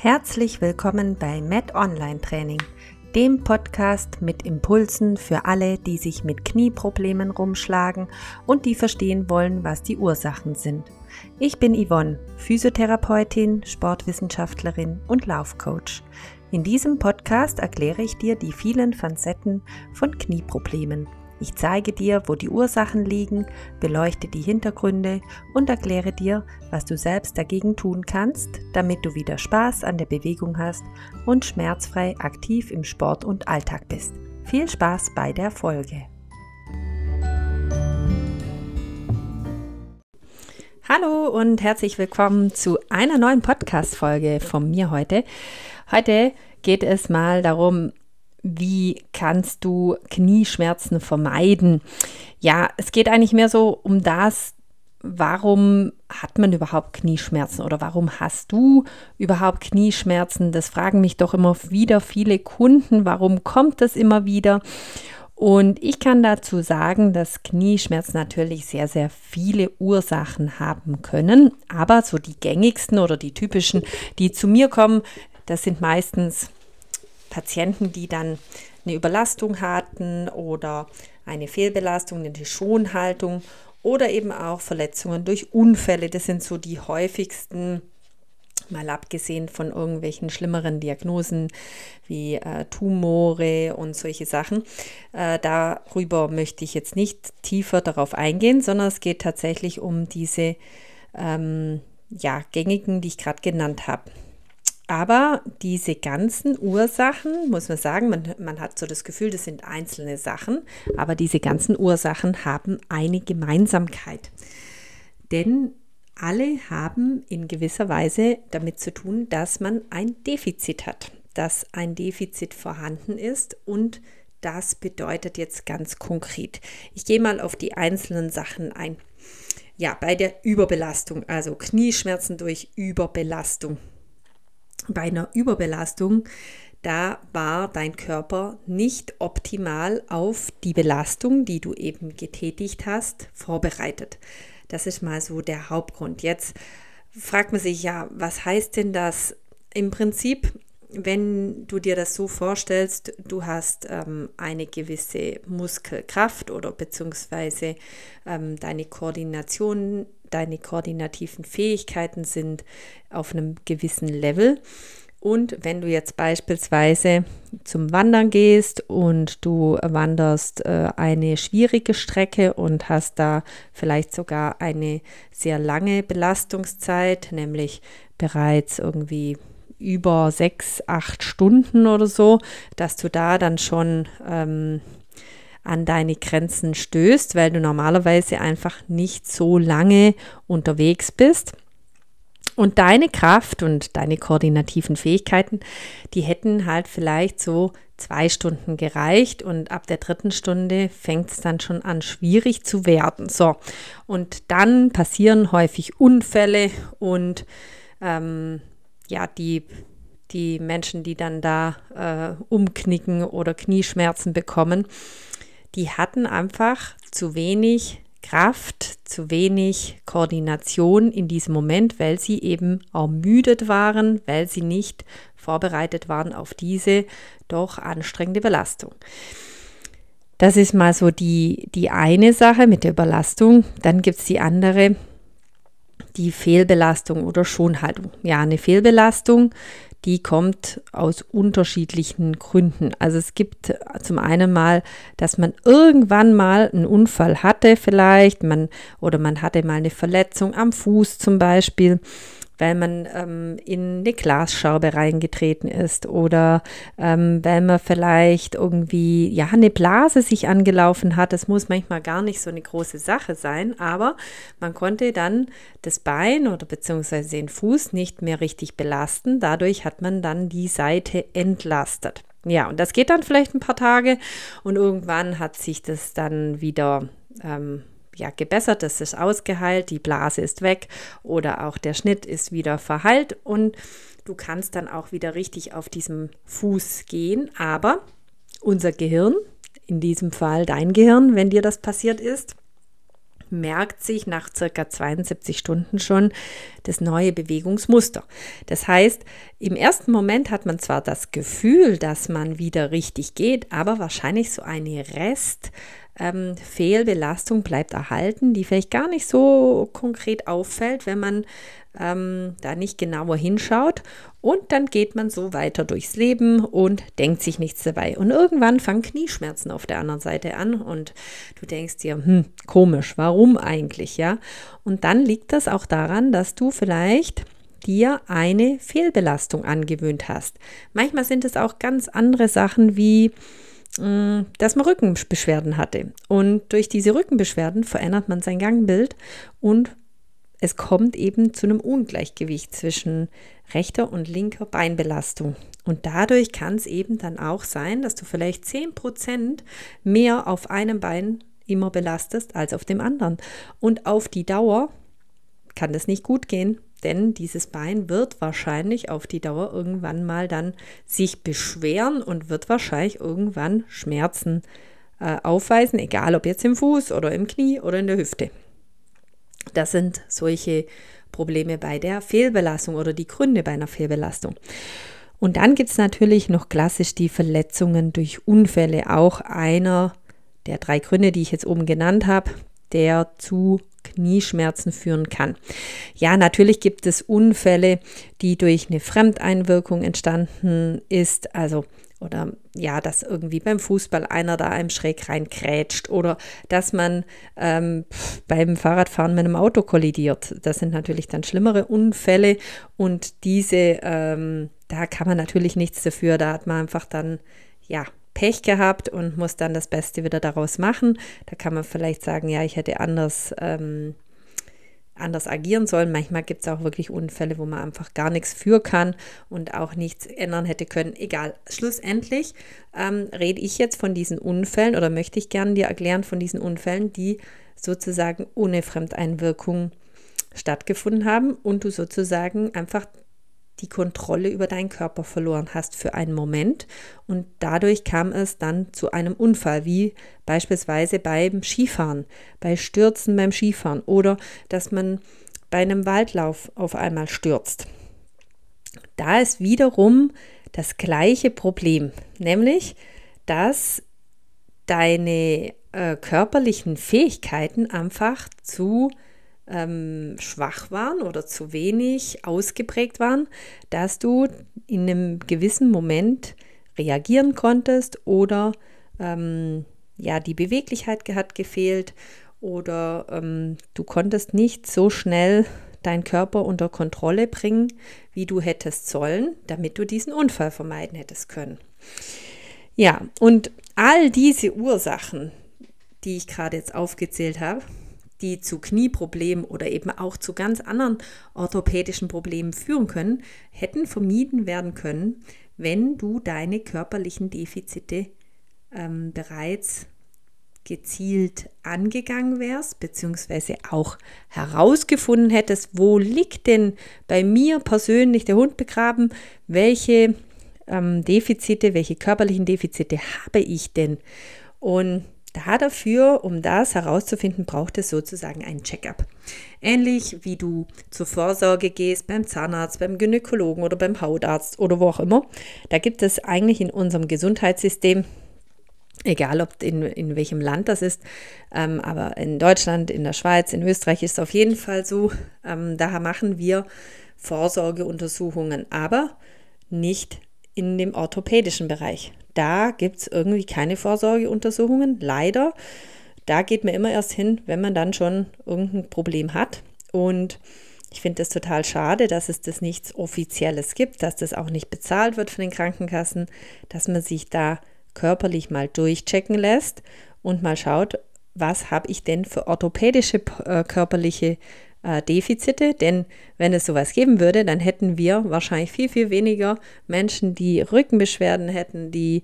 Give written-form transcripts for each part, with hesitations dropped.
Herzlich willkommen bei Med Online Training, dem Podcast mit Impulsen für alle, die sich mit Knieproblemen rumschlagen und die verstehen wollen, was die Ursachen sind. Ich bin Yvonne, Physiotherapeutin, Sportwissenschaftlerin und Laufcoach. In diesem Podcast erkläre ich dir die vielen Facetten von Knieproblemen. Ich zeige dir, wo die Ursachen liegen, beleuchte die Hintergründe und erkläre dir, was du selbst dagegen tun kannst, damit du wieder Spaß an der Bewegung hast und schmerzfrei aktiv im Sport und Alltag bist. Viel Spaß bei der Folge! Hallo und herzlich willkommen zu einer neuen Podcast-Folge von mir heute. Heute geht es mal darum, wie kannst du Knieschmerzen vermeiden? Ja, es geht eigentlich mehr so um das, warum hat man überhaupt Knieschmerzen oder warum hast du überhaupt Knieschmerzen? Das fragen mich doch immer wieder viele Kunden. Warum kommt das immer wieder? Und ich kann dazu sagen, dass Knieschmerzen natürlich sehr, sehr viele Ursachen haben können. Aber so die gängigsten oder die typischen, die zu mir kommen, das sind meistens Patienten, die dann eine Überlastung hatten oder eine Fehlbelastung, eine Schonhaltung oder eben auch Verletzungen durch Unfälle. Das sind so die häufigsten, mal abgesehen von irgendwelchen schlimmeren Diagnosen wie Tumore und solche Sachen. Darüber möchte ich jetzt nicht tiefer darauf eingehen, sondern es geht tatsächlich um diese gängigen, die ich gerade genannt habe. Aber diese ganzen Ursachen, muss man sagen, man hat so das Gefühl, das sind einzelne Sachen, aber diese ganzen Ursachen haben eine Gemeinsamkeit. Denn alle haben in gewisser Weise damit zu tun, dass man ein Defizit hat, dass ein Defizit vorhanden ist und das bedeutet jetzt ganz konkret. Ich gehe mal auf die einzelnen Sachen ein. Ja, bei der Überbelastung, also Knieschmerzen durch Überbelastung. Bei einer Überbelastung, da war dein Körper nicht optimal auf die Belastung, die du eben getätigt hast, vorbereitet. Das ist mal so der Hauptgrund. Jetzt fragt man sich ja, was heißt denn das? Im Prinzip, wenn du dir das so vorstellst, du hast eine gewisse Muskelkraft oder beziehungsweise deine Koordination, deine koordinativen Fähigkeiten sind auf einem gewissen Level. Und wenn du jetzt beispielsweise zum Wandern gehst und du wanderst eine schwierige Strecke und hast da vielleicht sogar eine sehr lange Belastungszeit, nämlich bereits irgendwie über 6-8 Stunden oder so, dass du da dann schon an deine Grenzen stößt, weil du normalerweise einfach nicht so lange unterwegs bist. Und deine Kraft und deine koordinativen Fähigkeiten, die hätten halt vielleicht so 2 Stunden gereicht und ab der 3. Stunde fängt es dann schon an, schwierig zu werden. So, und dann passieren häufig Unfälle und die Menschen, die dann da umknicken oder Knieschmerzen bekommen, die hatten einfach zu wenig Kraft, zu wenig Koordination in diesem Moment, weil sie eben ermüdet waren, weil sie nicht vorbereitet waren auf diese doch anstrengende Belastung. Das ist mal so die eine Sache mit der Überlastung. Dann gibt es die andere, die Fehlbelastung oder Schonhaltung. Ja, eine Fehlbelastung, die kommt aus unterschiedlichen Gründen. Also es gibt zum einen mal, dass man irgendwann mal einen Unfall hatte vielleicht, man hatte mal eine Verletzung am Fuß zum Beispiel, weil man in eine Glasscheibe reingetreten ist oder weil man vielleicht irgendwie eine Blase sich angelaufen hat. Das muss manchmal gar nicht so eine große Sache sein, aber man konnte dann das Bein oder beziehungsweise den Fuß nicht mehr richtig belasten. Dadurch hat man dann die Seite entlastet. Ja, und das geht dann vielleicht ein paar Tage und irgendwann hat sich das dann wieder gebessert, das ist ausgeheilt, die Blase ist weg oder auch der Schnitt ist wieder verheilt und du kannst dann auch wieder richtig auf diesem Fuß gehen, aber unser Gehirn, in diesem Fall dein Gehirn, wenn dir das passiert ist, merkt sich nach circa 72 Stunden schon das neue Bewegungsmuster. Das heißt, im ersten Moment hat man zwar das Gefühl, dass man wieder richtig geht, aber wahrscheinlich so eine Fehlbelastung bleibt erhalten, die vielleicht gar nicht so konkret auffällt, wenn man da nicht genauer hinschaut, und dann geht man so weiter durchs Leben und denkt sich nichts dabei. Und irgendwann fangen Knieschmerzen auf der anderen Seite an und du denkst dir, komisch, warum eigentlich, ja? Und dann liegt das auch daran, dass du vielleicht dir eine Fehlbelastung angewöhnt hast. Manchmal sind es auch ganz andere Sachen wie dass man Rückenbeschwerden hatte. Und durch diese Rückenbeschwerden verändert man sein Gangbild und es kommt eben zu einem Ungleichgewicht zwischen rechter und linker Beinbelastung. Und dadurch kann es eben dann auch sein, dass du vielleicht 10% mehr auf einem Bein immer belastest als auf dem anderen. Und auf die Dauer kann das nicht gut gehen, denn dieses Bein wird wahrscheinlich auf die Dauer irgendwann mal dann sich beschweren und wird wahrscheinlich irgendwann Schmerzen aufweisen, egal ob jetzt im Fuß oder im Knie oder in der Hüfte. Das sind solche Probleme bei der Fehlbelastung oder die Gründe bei einer Fehlbelastung. Und dann gibt es natürlich noch klassisch die Verletzungen durch Unfälle, auch einer der 3 Gründe, die ich jetzt oben genannt habe, der zu Knieschmerzen führen kann. Ja, natürlich gibt es Unfälle, die durch eine Fremdeinwirkung entstanden ist, oder ja, dass irgendwie beim Fußball einer da einem schräg reinkrätscht oder dass man beim Fahrradfahren mit einem Auto kollidiert. Das sind natürlich dann schlimmere Unfälle und diese, da kann man natürlich nichts dafür, da hat man einfach dann, ja, Pech gehabt und muss dann das Beste wieder daraus machen. Da kann man vielleicht sagen, ja, ich hätte anders agieren sollen. Manchmal gibt es auch wirklich Unfälle, wo man einfach gar nichts für kann und auch nichts ändern hätte können. Egal, schlussendlich rede ich jetzt von diesen Unfällen oder möchte ich gerne dir erklären von diesen Unfällen, die sozusagen ohne Fremdeinwirkung stattgefunden haben und du sozusagen einfach die Kontrolle über deinen Körper verloren hast für einen Moment und dadurch kam es dann zu einem Unfall, wie beispielsweise beim Skifahren, bei Stürzen beim Skifahren oder dass man bei einem Waldlauf auf einmal stürzt. Da ist wiederum das gleiche Problem, nämlich, dass deine körperlichen Fähigkeiten einfach zu schwach waren oder zu wenig ausgeprägt waren, dass du in einem gewissen Moment reagieren konntest oder die Beweglichkeit hat gefehlt oder du konntest nicht so schnell deinen Körper unter Kontrolle bringen, wie du hättest sollen, damit du diesen Unfall vermeiden hättest können. Ja, und all diese Ursachen, die ich gerade jetzt aufgezählt habe, die zu Knieproblemen oder eben auch zu ganz anderen orthopädischen Problemen führen können, hätten vermieden werden können, wenn du deine körperlichen Defizite bereits gezielt angegangen wärst, beziehungsweise auch herausgefunden hättest, wo liegt denn bei mir persönlich der Hund begraben, welche Defizite, welche körperlichen Defizite habe ich denn? Und dafür, um das herauszufinden, braucht es sozusagen einen Check-up. Ähnlich wie du zur Vorsorge gehst beim Zahnarzt, beim Gynäkologen oder beim Hautarzt oder wo auch immer. Da gibt es eigentlich in unserem Gesundheitssystem, egal ob in welchem Land das ist, aber in Deutschland, in der Schweiz, in Österreich ist es auf jeden Fall so, da machen wir Vorsorgeuntersuchungen, aber nicht in dem orthopädischen Bereich. Da gibt es irgendwie keine Vorsorgeuntersuchungen, leider. Da geht man immer erst hin, wenn man dann schon irgendein Problem hat. Und ich finde das total schade, dass es das nichts Offizielles gibt, dass das auch nicht bezahlt wird von den Krankenkassen, dass man sich da körperlich mal durchchecken lässt und mal schaut, was habe ich denn für orthopädische körperliche Defizite, denn wenn es sowas geben würde, dann hätten wir wahrscheinlich viel, viel weniger Menschen, die Rückenbeschwerden hätten, die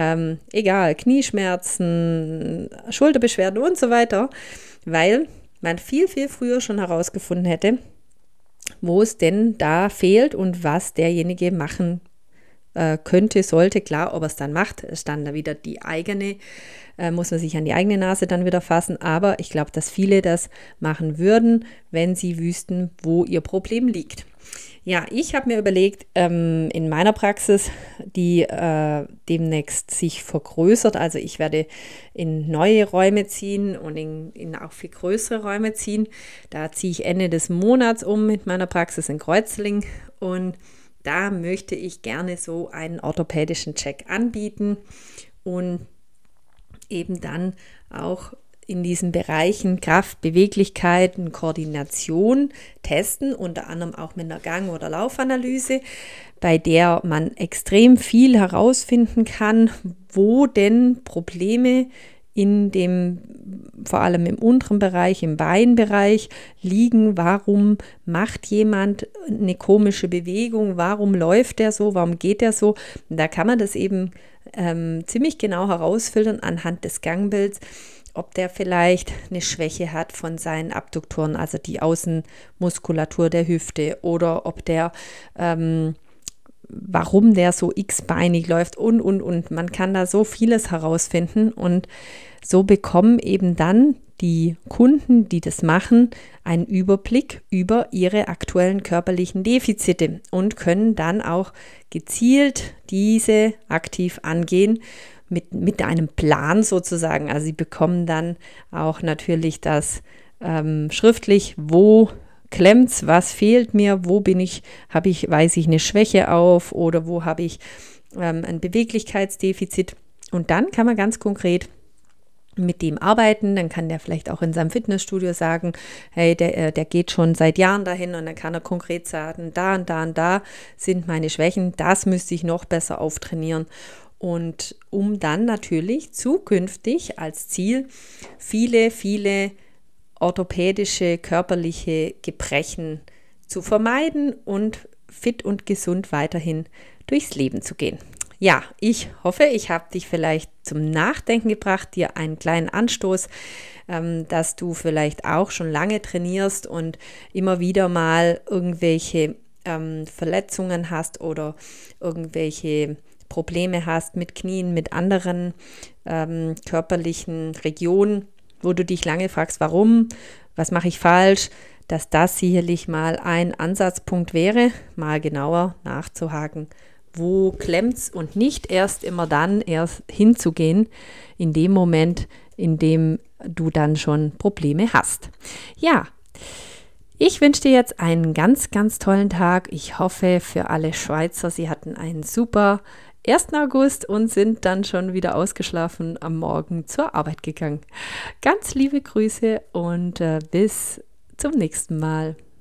Knieschmerzen, Schulterbeschwerden und so weiter, weil man viel, viel früher schon herausgefunden hätte, wo es denn da fehlt und was derjenige machen könnte, sollte. Klar, ob er es dann macht, ist dann da wieder die eigene, muss man sich an die eigene Nase dann wieder fassen. Aber ich glaube, dass viele das machen würden, wenn sie wüssten, wo ihr Problem liegt. Ja, ich habe mir überlegt, in meiner Praxis, die demnächst sich vergrößert, also ich werde in neue Räume ziehen und in auch viel größere Räume ziehen. Da ziehe ich Ende des Monats um mit meiner Praxis in Kreuzlingen und da möchte ich gerne so einen orthopädischen Check anbieten und eben dann auch in diesen Bereichen Kraft, Beweglichkeit und Koordination testen, unter anderem auch mit einer Gang- oder Laufanalyse, bei der man extrem viel herausfinden kann, wo denn Probleme vor allem im unteren Bereich, im Beinbereich liegen. Warum macht jemand eine komische Bewegung? Warum läuft der so? Warum geht der so? Und da kann man das eben ziemlich genau herausfiltern anhand des Gangbilds, ob der vielleicht eine Schwäche hat von seinen Abduktoren, also die Außenmuskulatur der Hüfte, oder ob der, warum der so x-beinig läuft und. Man kann da so vieles herausfinden und so bekommen eben dann die Kunden, die das machen, einen Überblick über ihre aktuellen körperlichen Defizite und können dann auch gezielt diese aktiv angehen, mit einem Plan sozusagen. Also sie bekommen dann auch natürlich das schriftlich, wo klemmt's, was fehlt mir, wo weise ich eine Schwäche auf oder wo habe ich ein Beweglichkeitsdefizit. Und dann kann man ganz konkret mit dem arbeiten, dann kann der vielleicht auch in seinem Fitnessstudio sagen, hey, der geht schon seit Jahren dahin und dann kann er konkret sagen, da und da und da sind meine Schwächen, das müsste ich noch besser auftrainieren. Und um dann natürlich zukünftig als Ziel viele orthopädische, körperliche Gebrechen zu vermeiden und fit und gesund weiterhin durchs Leben zu gehen. Ja, ich hoffe, ich habe dich vielleicht zum Nachdenken gebracht, dir einen kleinen Anstoß, dass du vielleicht auch schon lange trainierst und immer wieder mal irgendwelche Verletzungen hast oder irgendwelche Probleme hast mit Knien, mit anderen körperlichen Regionen, wo du dich lange fragst, warum, was mache ich falsch, dass das sicherlich mal ein Ansatzpunkt wäre, mal genauer nachzuhaken, wo klemmt's und nicht erst hinzugehen in dem Moment, in dem du dann schon Probleme hast. Ja, ich wünsche dir jetzt einen ganz, ganz tollen Tag. Ich hoffe für alle Schweizer, sie hatten einen super 1. August und sind dann schon wieder ausgeschlafen am Morgen zur Arbeit gegangen. Ganz liebe Grüße und bis zum nächsten Mal.